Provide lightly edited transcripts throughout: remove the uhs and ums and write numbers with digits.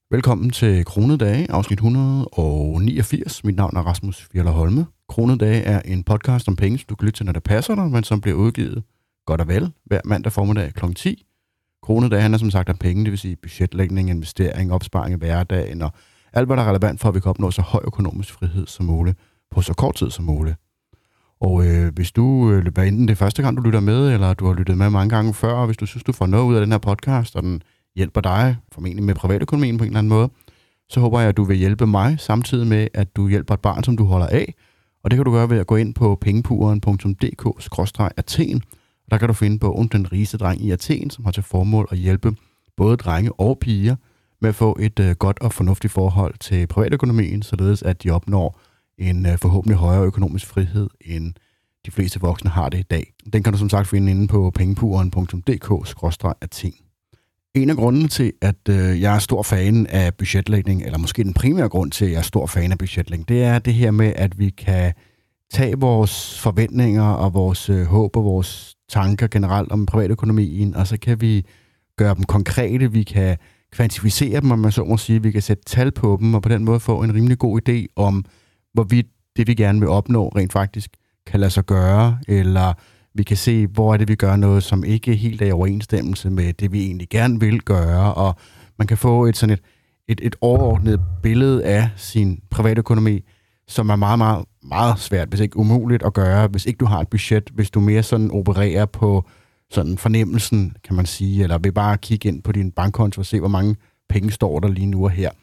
Velkommen til Kronedage, afsnit 189. Mit navn er Rasmus Fjeller Holme. Kronedage er en podcast om penge, som du kan lytte til, når det passer dig, men som bliver udgivet godt og vel hver mandag formiddag kl. 10. Kronedage handler som sagt om penge, det vil sige budgetlægning, investering, opsparing i hverdagen og alt, hvad der er relevant for, at vi kan opnå så høj økonomisk frihed som muligt på så kort tid som muligt. Og hvis du, hvad enten det er første gang, du lytter med, eller du har lyttet med mange gange før, og hvis du synes, du får noget ud af den her podcast, og den hjælper dig, formentlig med privatøkonomien på en eller anden måde, så håber jeg, at du vil hjælpe mig, samtidig med, at du hjælper et barn, som du holder af. Og det kan du gøre ved at gå ind på pengepuren.dk/Athen. Der kan du finde bogen Den rigeste dreng i Athen, som har til formål at hjælpe både drenge og piger med at få et godt og fornuftigt forhold til privatøkonomien, således at de opnår en forhåbentlig højere økonomisk frihed, end de fleste voksne har det i dag. Den kan du som sagt finde inde på pengepuren.dk/Athen. En af grundene til, at jeg er stor fan af budgetlægning, eller måske den primære grund til, at jeg er stor fan af budgetlægning, det er det her med, at vi kan tage vores forventninger og vores håb og vores tanker generelt om privatøkonomien, og så kan vi gøre dem konkrete, vi kan kvantificere dem, om man så må sige, vi kan sætte tal på dem, og på den måde få en rimelig god idé om, hvorvidt det, vi gerne vil opnå, rent faktisk kan lade sig gøre, eller vi kan se, hvor er det, vi gør noget, som ikke helt er i overensstemmelse med det, vi egentlig gerne vil gøre, og man kan få et overordnet billede af sin privatøkonomi, som er meget, meget, meget svært, hvis ikke umuligt at gøre, hvis ikke du har et budget, hvis du mere sådan opererer på sådan fornemmelsen, kan man sige, eller vil bare kigge ind på din bankkonto og se, hvor mange penge står der lige nu og her.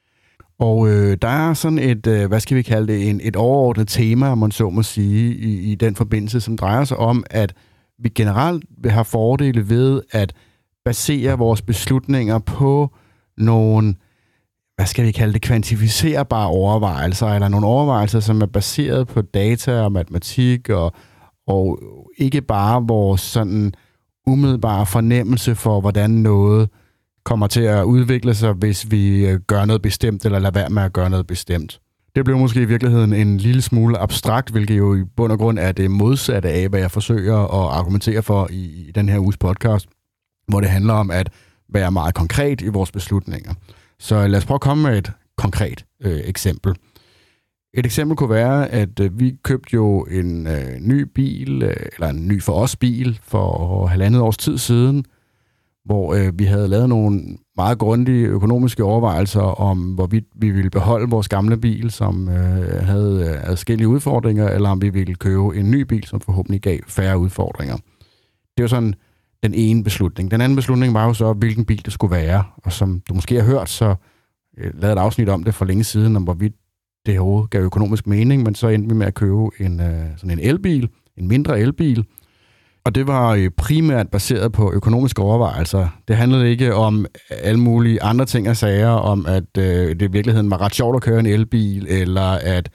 Og der er sådan et, hvad skal vi kalde det, et overordnet tema, om man så må sige, i den forbindelse, som drejer sig om, at vi generelt vil have fordele ved at basere vores beslutninger på nogle, hvad skal vi kalde det, kvantificerbare overvejelser, eller nogle overvejelser, som er baseret på data og matematik, og ikke bare vores sådan umiddelbare fornemmelse for, hvordan noget kommer til at udvikle sig, hvis vi gør noget bestemt, eller lader være med at gøre noget bestemt. Det blev måske i virkeligheden en lille smule abstrakt, hvilket jo i bund og grund er det modsatte af, hvad jeg forsøger at argumentere for i den her uges podcast, hvor det handler om at være meget konkret i vores beslutninger. Så lad os prøve at komme med et konkret eksempel. Et eksempel kunne være, at vi købte jo en ny bil, eller en ny for os bil, for 1,5 års tid siden, hvor vi havde lavet nogle meget grundige økonomiske overvejelser om, hvorvidt vi ville beholde vores gamle bil, som havde adskillige udfordringer, eller om vi ville købe en ny bil, som forhåbentlig gav færre udfordringer. Det var sådan den ene beslutning. Den anden beslutning var jo så, hvilken bil det skulle være. Og som du måske har hørt, så lavede et afsnit om det for længe siden, om hvorvidt det overhovedet gav økonomisk mening, men så endte vi med at købe sådan en elbil, en mindre elbil. Og det var primært baseret på økonomiske overvejelser. Det handlede ikke om alle mulige andre ting og sager, om at det i virkeligheden var ret sjovt at køre en elbil, eller at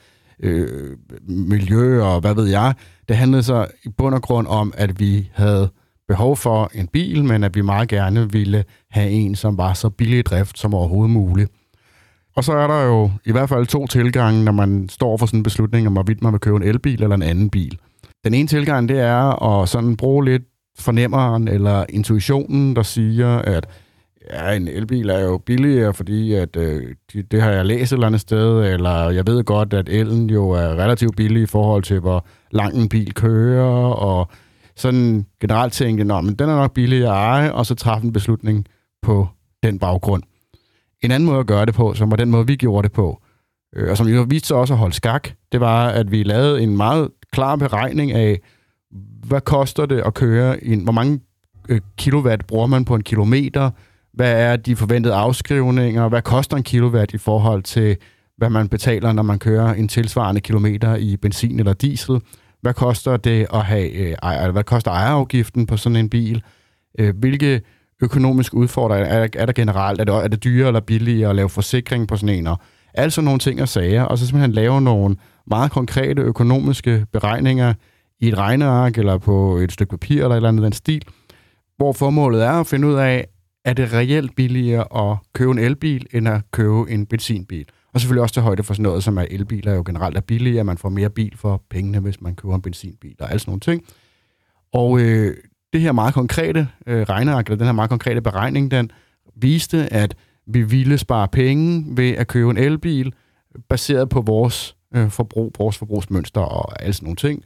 miljø og hvad ved jeg. Det handlede så i bund og grund om, at vi havde behov for en bil, men at vi meget gerne ville have en, som var så billig i drift som overhovedet muligt. Og så er der jo i hvert fald 2 tilgange, når man står for sådan en beslutning om, hvorvidt man vil købe en elbil eller en anden bil. Den ene tilgang, det er at sådan bruge lidt fornemmeren eller intuitionen, der siger, at ja, en elbil er jo billigere, fordi at, det har jeg læst et eller andet sted, eller jeg ved godt, at elen jo er relativt billig i forhold til, hvor lang en bil kører, og sådan generelt tænkte, men den er nok billig at eje, og så træffe en beslutning på den baggrund. En anden måde at gøre det på, som var den måde, vi gjorde det på, og som jo viste sig også at holde skak, det var, at vi lavede en meget klar beregning af, hvad koster det at køre hvor mange kilowatt bruger man på en kilometer, hvad er de forventede afskrivninger, hvad koster en kilowatt i forhold til, hvad man betaler, når man kører en tilsvarende kilometer i benzin eller diesel, hvad koster det at have, hvad koster ejerafgiften på sådan en bil, hvilke økonomiske udfordringer er der generelt, er det dyrere eller billigere at lave forsikring på sådan en, og altså nogle ting og sager, og så simpelthen lave nogle meget konkrete økonomiske beregninger i et regneark eller på et stykke papir eller et eller andet den stil, hvor formålet er at finde ud af, er det reelt billigere at købe en elbil, end at købe en benzinbil. Og selvfølgelig også til højde for sådan noget, som er elbiler jo generelt er billigere, man får mere bil for pengene, hvis man køber en benzinbil og alle sådan nogle ting. Og det her meget konkrete regneark, eller den her meget konkrete beregning, den viste, at vi ville spare penge ved at købe en elbil, baseret på vores forbrugsmønster og alle sådan nogle ting.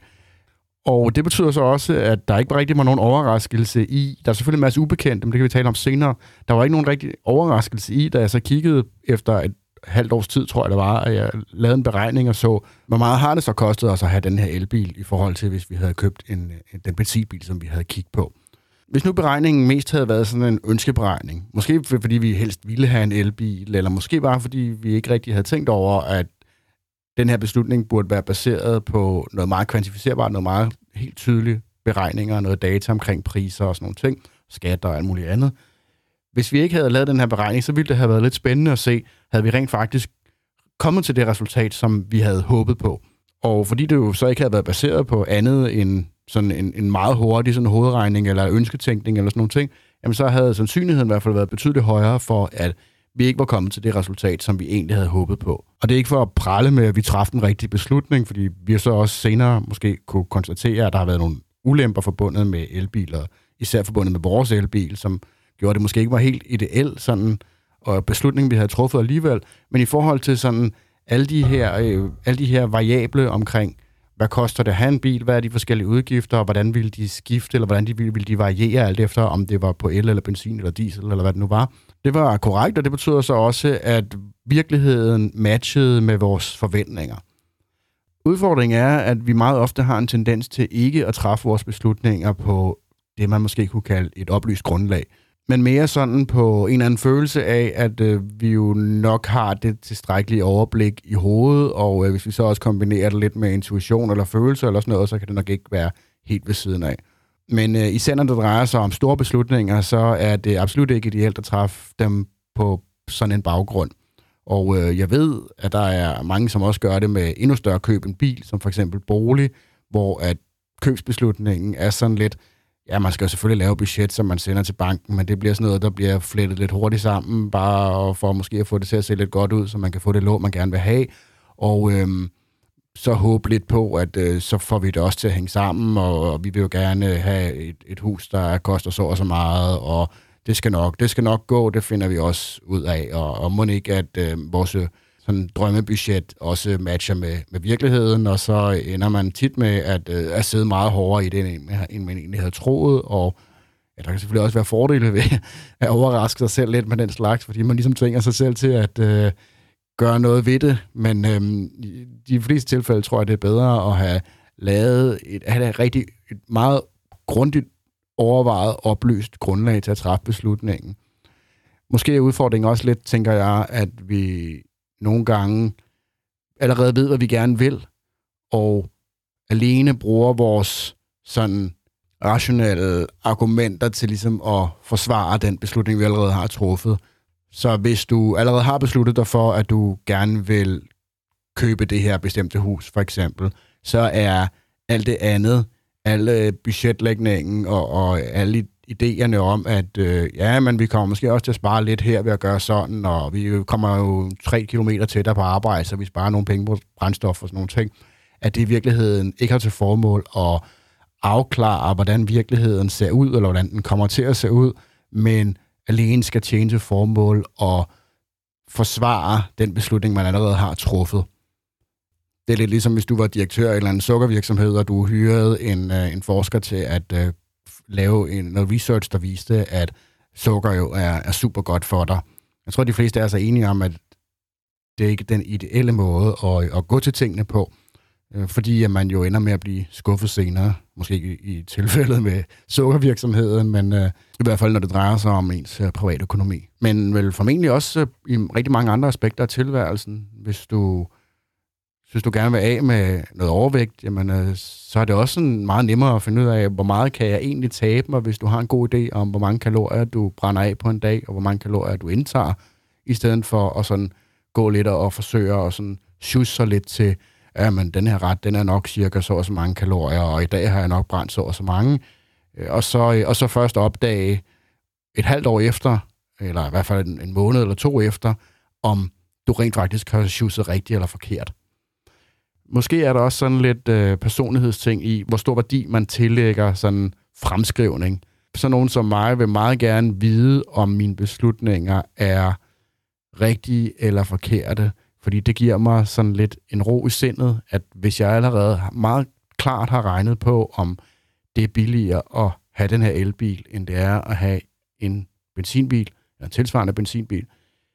Og det betyder så også, at der ikke rigtig var nogen overraskelse i. Der er selvfølgelig en masse ubekendte, men det kan vi tale om senere. Der var ikke nogen rigtig overraskelse i, da jeg så kiggede efter et halvt års tid, tror jeg det var, at jeg lavede en beregning og så, hvor meget har det så kostet os at have den her elbil i forhold til, hvis vi havde købt den benzinbil, som vi havde kigget på. Hvis nu beregningen mest havde været sådan en ønskeberegning, måske fordi vi helst ville have en elbil, eller måske bare fordi vi ikke rigtig havde tænkt over, at den her beslutning burde være baseret på noget meget kvantificerbart, noget meget helt tydeligt beregninger, noget data omkring priser og sådan nogle ting, skatter og alt muligt andet. Hvis vi ikke havde lavet den her beregning, så ville det have været lidt spændende at se, havde vi rent faktisk kommet til det resultat, som vi havde håbet på. Og fordi det jo så ikke havde været baseret på andet end sådan en meget hurtig sådan hovedregning eller ønsketænkning eller sådan nogle ting, jamen så havde sandsynligheden i hvert fald været betydeligt højere for, at vi ikke var kommet til det resultat, som vi egentlig havde håbet på. Og det er ikke for at prale med, at vi træffede den rigtige beslutning, fordi vi så også senere måske kunne konstatere, at der har været nogle ulemper forbundet med elbiler, især forbundet med vores elbil, som gjorde det måske ikke var helt ideelt sådan, og beslutningen, vi havde truffet alligevel. Men i forhold til sådan alle de her variable omkring, hvad koster det at have en bil, hvad er de forskellige udgifter, og hvordan ville de skifte, eller hvordan ville de variere alt efter, om det var på el eller benzin eller diesel, eller hvad det nu var. Det var korrekt, og det betyder så også, at virkeligheden matchede med vores forventninger. Udfordringen er, at vi meget ofte har en tendens til ikke at træffe vores beslutninger på det, man måske kunne kalde et oplyst grundlag, men mere sådan på en eller anden følelse af, at vi jo nok har det tilstrækkelige overblik i hovedet, og hvis vi så også kombinerer det lidt med intuition eller følelse eller sådan noget, så kan det nok ikke være helt ved siden af. Men især når det drejer sig om store beslutninger, så er det absolut ikke ideelt at træffe dem på sådan en baggrund. Og jeg ved, at der er mange, som også gør det med endnu større køb en bil, som for eksempel bolig, hvor at købsbeslutningen er sådan lidt, ja, man skal jo selvfølgelig lave budget, som man sender til banken, men det bliver sådan noget, der bliver flettet lidt hurtigt sammen, bare for måske at få det til at se lidt godt ud, så man kan få det lån, man gerne vil have. Og så håbe lidt på, at så får vi det også til at hænge sammen, og vi vil jo gerne have et hus, der koster så og så meget, og det skal nok gå, det finder vi også ud af, og må ikke, at vores sådan drømmebudget også matcher med virkeligheden, og så ender man tit med at sidde meget hårdere i det, end man egentlig havde troet, og ja, der kan selvfølgelig også være fordele ved at overraske sig selv lidt med den slags, fordi man ligesom tvinger sig selv til at gøre noget ved det, men i de fleste tilfælde tror jeg, det er bedre at have lavet et meget grundigt overvejet, oplyst grundlag til at træffe beslutningen. Måske er udfordringen også lidt, tænker jeg, at vi nogle gange allerede ved, hvad vi gerne vil, og alene bruger vores sådan rationelle argumenter til ligesom at forsvare den beslutning, vi allerede har truffet. Så hvis du allerede har besluttet dig for, at du gerne vil købe det her bestemte hus, for eksempel, så er alt det andet, alle budgetlægningen og alle idéerne om, at men vi kommer måske også til at spare lidt her ved at gøre sådan, og vi kommer jo 3 kilometer tættere på arbejde, så vi sparer nogle penge på brændstof og sådan nogle ting, at det i virkeligheden ikke har til formål at afklare, hvordan virkeligheden ser ud, eller hvordan den kommer til at se ud, men alene skal tjene til formål og forsvare den beslutning, man allerede har truffet. Det er lidt ligesom, hvis du var direktør i en eller anden sukkervirksomhed, og du hyrede en forsker til at lave noget research, der viste, at sukker jo er super godt for dig. Jeg tror, de fleste er så enige om, at det ikke er den ideelle måde at gå til tingene på, fordi at man jo ender med at blive skuffet senere, måske ikke i tilfældet med sukkervirksomheden, men i hvert fald, når det drejer sig om ens privatøkonomi. Men vel formentlig også i rigtig mange andre aspekter af tilværelsen. Hvis du synes, du gerne vil af med noget overvægt, jamen, så er det også sådan meget nemmere at finde ud af, hvor meget kan jeg egentlig tabe mig, hvis du har en god idé om, hvor mange kalorier du brænder af på en dag, og hvor mange kalorier du indtager, i stedet for at sådan gå lidt og forsøge at sådan sjusse sig lidt til, men den her ret, den er nok cirka så og så mange kalorier, og i dag har jeg nok brændt så og så mange. Og så først opdage et halvt år efter, eller i hvert fald en måned eller 2 efter, om du rent faktisk har sjusset rigtigt eller forkert. Måske er der også sådan lidt personlighedsting i, hvor stor værdi man tillægger sådan fremskrivning. Så nogen som mig vil meget gerne vide, om mine beslutninger er rigtige eller forkerte, fordi det giver mig sådan lidt en ro i sindet, at hvis jeg allerede meget klart har regnet på, om det er billigere at have den her elbil, end det er at have en benzinbil, eller en tilsvarende benzinbil,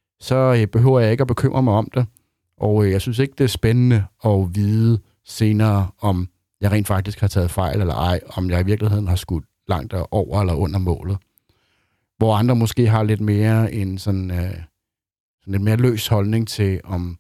så behøver jeg ikke at bekymre mig om det. Og jeg synes ikke, det er spændende at vide senere, om jeg rent faktisk har taget fejl eller ej, om jeg i virkeligheden har skudt langt over eller under målet. Hvor andre måske har lidt mere en sådan lidt mere løs holdning til, om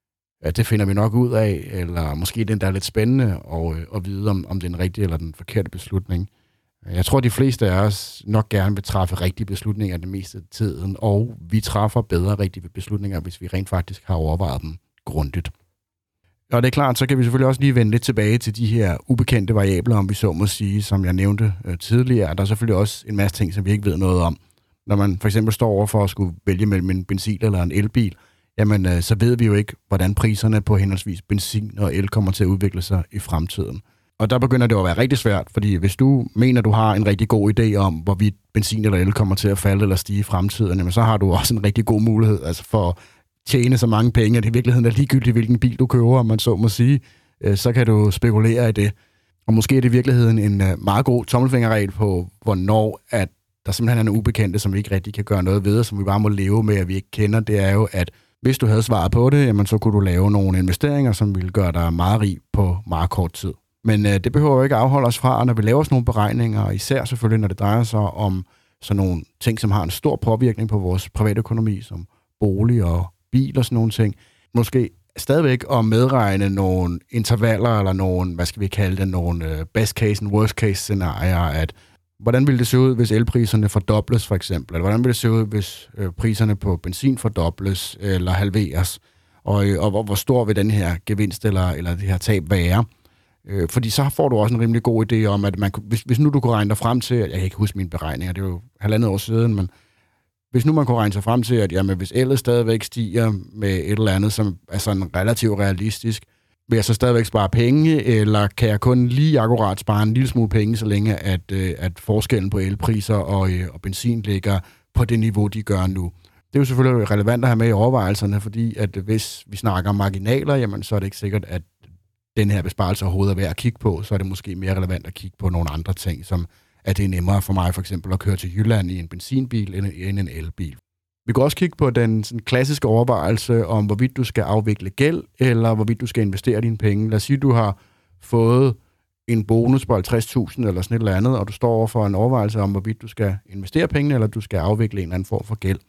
det finder vi nok ud af, eller måske den der er lidt spændende at vide, om det er en rigtig eller den forkerte beslutning. Jeg tror, de fleste af os nok gerne vil træffe rigtige beslutninger det meste af tiden, og vi træffer bedre rigtige beslutninger, hvis vi rent faktisk har overvejet dem grundigt. Og det er klart, så kan vi selvfølgelig også lige vende lidt tilbage til de her ubekendte variabler, om vi så må sige, som jeg nævnte tidligere. Der er selvfølgelig også en masse ting, som vi ikke ved noget om. Når man for eksempel står over for at skulle vælge mellem en benzin eller en elbil, jamen så ved vi jo ikke, hvordan priserne på henholdsvis benzin og el kommer til at udvikle sig i fremtiden. Og der begynder det at være rigtig svært, fordi hvis du mener, du har en rigtig god idé om, hvorvidt benzin eller el kommer til at falde eller stige i fremtiden, jamen så har du også en rigtig god mulighed altså for at tjene så mange penge, at det i virkeligheden er ligegyldigt, hvilken bil du køber, om man så må sige, så kan du spekulere i det. Og måske er det i virkeligheden en meget god tommelfingerregel på, hvornår at der simpelthen er en ubekendte, som vi ikke rigtig kan gøre noget ved, som vi bare må leve med, at vi ikke kender. Det er jo, at hvis du havde svaret på det, jamen så kunne du lave nogle investeringer, som ville gøre dig meget rig på meget kort tid. Men det behøver jo ikke afholde os fra, når vi laver sådan nogle beregninger, og især selvfølgelig, når det drejer sig om sådan nogle ting, som har en stor påvirkning på vores privatøkonomi, som bolig og bil og sådan nogle ting. Måske stadigvæk at medregne nogle intervaller, eller nogle, hvad skal vi kalde det, nogle best case og worst case scenarier, at hvordan ville det se ud, hvis elpriserne fordobles for eksempel, eller hvordan ville det se ud, hvis priserne på benzin fordobles eller halveres, og hvor stor vil den her gevinst eller det her tab være. Fordi så får du også en rimelig god idé om, at hvis nu du kunne regne dig frem til, jeg kan ikke huske mine beregninger, det er jo 1,5 år siden, men hvis nu man kunne regne sig frem til, at jamen, hvis ellet stadigvæk stiger med et eller andet, som er sådan relativt realistisk, vil jeg så stadigvæk spare penge, eller kan jeg kun lige akkurat spare en lille smule penge, så længe at forskellen på elpriser og benzin ligger på det niveau, de gør nu. Det er jo selvfølgelig relevant at have med i overvejelserne, fordi at hvis vi snakker om marginaler, jamen, så er det ikke sikkert, at den her besparelse overhovedet er værd at kigge på, så er det måske mere relevant at kigge på nogle andre ting, som at det er nemmere for mig for eksempel at køre til Jylland i en benzinbil end en elbil. Vi kan også kigge på den sådan, klassiske overvejelse om, hvorvidt du skal afvikle gæld, eller hvorvidt du skal investere dine penge. Lad os sige, at du har fået en bonus på 50.000 eller sådan et eller andet, og du står over for en overvejelse om, hvorvidt du skal investere pengene, eller du skal afvikle en eller anden form for gæld.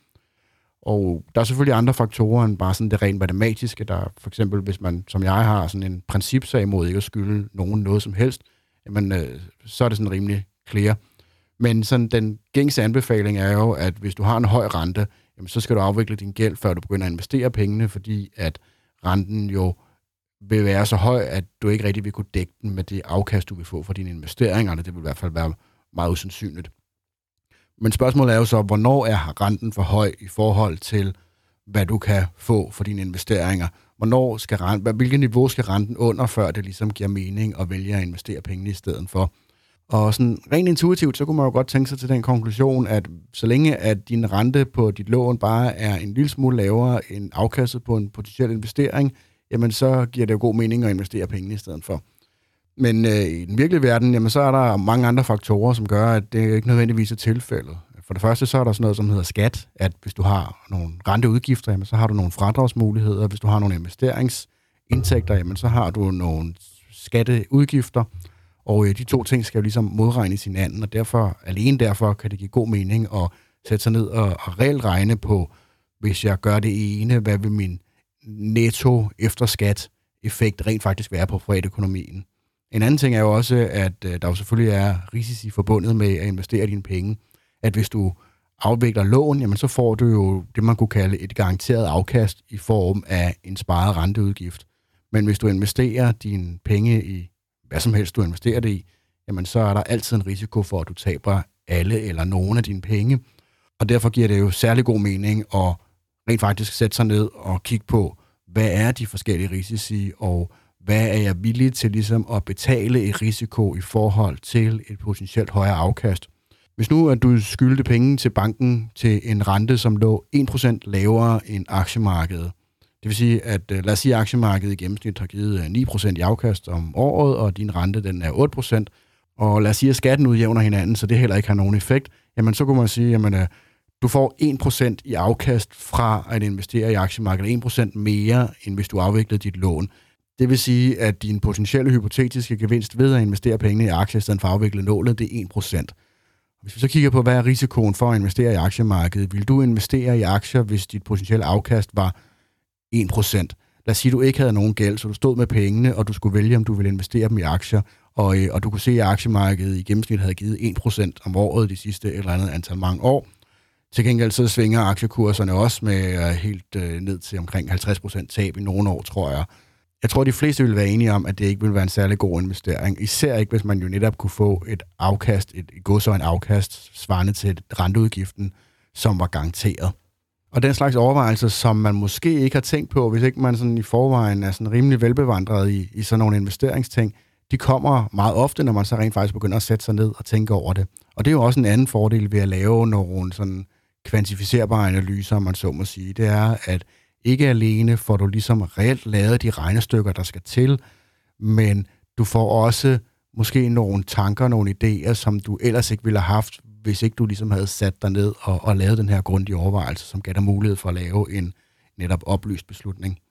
Og der er selvfølgelig andre faktorer end bare sådan det rent matematiske. Der er for eksempel, hvis man, som jeg har, sådan en principsag mod ikke at skylde nogen noget som helst, jamen, så er det sådan rimelig clear. Men sådan den gængse anbefaling er jo, at hvis du har en høj rente, jamen, så skal du afvikle din gæld, før du begynder at investere pengene, fordi at renten jo vil være så høj, at du ikke rigtig vil kunne dække den med det afkast, du vil få for dine investeringer. Det vil i hvert fald være meget usandsynligt. Men spørgsmålet er jo så, hvornår er renten for høj i forhold til, hvad du kan få for dine investeringer? Hvilket niveau skal renten under, før det ligesom giver mening at vælge at investere pengene i stedet for? Og sådan rent intuitivt, så kunne man jo godt tænke sig til den konklusion, at så længe at din rente på dit lån bare er en lille smule lavere end afkastet på en potentiel investering, jamen så giver det jo god mening at investere pengene i stedet for. Men i den virkelige verden, jamen så er der mange andre faktorer, som gør, at det ikke nødvendigvis er tilfældet. For det første, så er der sådan noget, som hedder skat, at hvis du har nogle renteudgifter, jamen så har du nogle fradragsmuligheder. Hvis du har nogle investeringsindtægter, jamen så har du nogle skatteudgifter. Og de to ting skal jo ligesom modregnes hinanden, og alene derfor kan det give god mening at sætte sig ned og reelt regne på, hvis jeg gør det ene, hvad vil min netto efter skat effekt rent faktisk være på privatøkonomien. En anden ting er jo også, at der jo selvfølgelig er risici forbundet med at investere dine penge. At hvis du afvikler lån, jamen så får du jo det, man kunne kalde et garanteret afkast i form af en sparet renteudgift. Men hvis du investerer dine penge i hvad som helst, du investerer det i, jamen så er der altid en risiko for, at du taber alle eller nogle af dine penge. Og derfor giver det jo særlig god mening at rent faktisk sætte sig ned og kigge på, hvad er de forskellige risici, og hvad er jeg villig til ligesom at betale i risiko i forhold til et potentielt højere afkast. Hvis nu at du skyldte penge til banken til en rente, som lå 1% lavere end aktiemarkedet, det vil sige, at lad os sige, at aktiemarkedet i gennemsnit har givet 9% i afkast om året, og din rente den er 8%, og lad os sige, at skatten udjævner hinanden, så det heller ikke har nogen effekt, jamen så kunne man sige, at du får 1% i afkast fra at investere i aktiemarkedet, 1% mere, end hvis du afviklede dit lån. Det vil sige, at din potentielle hypotetiske gevinst ved at investere pengene i aktier, i stedet for at afvikle lånet, det er 1%. Hvis vi så kigger på, hvad er risikoen for at investere i aktiemarkedet, vil du investere i aktier, hvis dit potentielle afkast var 1%? Lad os sige, at du ikke havde nogen gæld, så du stod med pengene, og du skulle vælge, om du ville investere dem i aktier, og du kunne se, at aktiemarkedet i gennemsnit havde givet 1% om året de sidste et eller andet antal mange år. Til gengæld så svinger aktiekurserne også med helt ned til omkring 50% tab i nogle år, tror jeg. Jeg tror, de fleste vil være enige om, at det ikke vil være en særlig god investering. Især ikke, hvis man jo netop kunne få et afkast, et godsøjne afkast, svarende til renteudgiften, som var garanteret. Og den slags overvejelser, som man måske ikke har tænkt på, hvis ikke man sådan i forvejen er sådan rimelig velbevandret i sådan nogle investeringsting, de kommer meget ofte, når man så rent faktisk begynder at sætte sig ned og tænke over det. Og det er jo også en anden fordel ved at lave nogle sådan kvantificerbare analyser, om man så må sige. Det er, at ikke alene får du ligesom reelt lavet de regnestykker, der skal til, men du får også måske nogle tanker, nogle idéer, som du ellers ikke ville have haft, hvis ikke du ligesom havde sat dig ned og lavet den her grundige overvejelse, som gav dig mulighed for at lave en netop oplyst beslutning.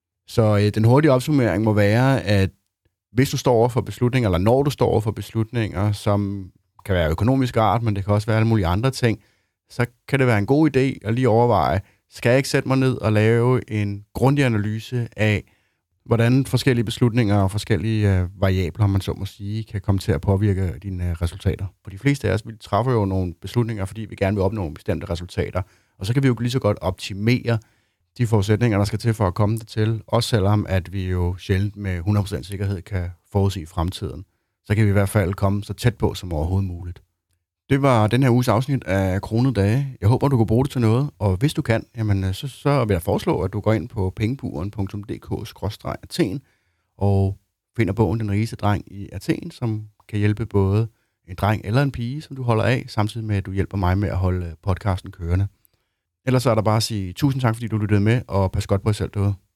Så den hurtige opsummering må være, at hvis du står over for beslutninger, eller når du står over for beslutninger, som kan være økonomisk art, men det kan også være alle mulige andre ting, så kan det være en god idé at lige overveje, skal jeg ikke sætte mig ned og lave en grundig analyse af, hvordan forskellige beslutninger og forskellige variabler, man så må sige, kan komme til at påvirke dine resultater. For de fleste af os, vi træffer jo nogle beslutninger, fordi vi gerne vil opnå nogle bestemte resultater, og så kan vi jo lige så godt optimere de forudsætninger, der skal til for at komme dertil, også selvom at vi jo sjældent med 100% sikkerhed kan forudse fremtiden. Så kan vi i hvert fald komme så tæt på som overhovedet muligt. Det var den her uges afsnit af Kronede Dage. Jeg håber, du kan bruge det til noget, og hvis du kan, jamen, så vil jeg foreslå, at du går ind på pengeburen.dk/Athen og finder bogen Den rigeste dreng i Athen, som kan hjælpe både en dreng eller en pige, som du holder af, samtidig med, at du hjælper mig med at holde podcasten kørende. Ellers så er der bare at sige tusind tak, fordi du lyttede med, og pas godt på jer selv derude.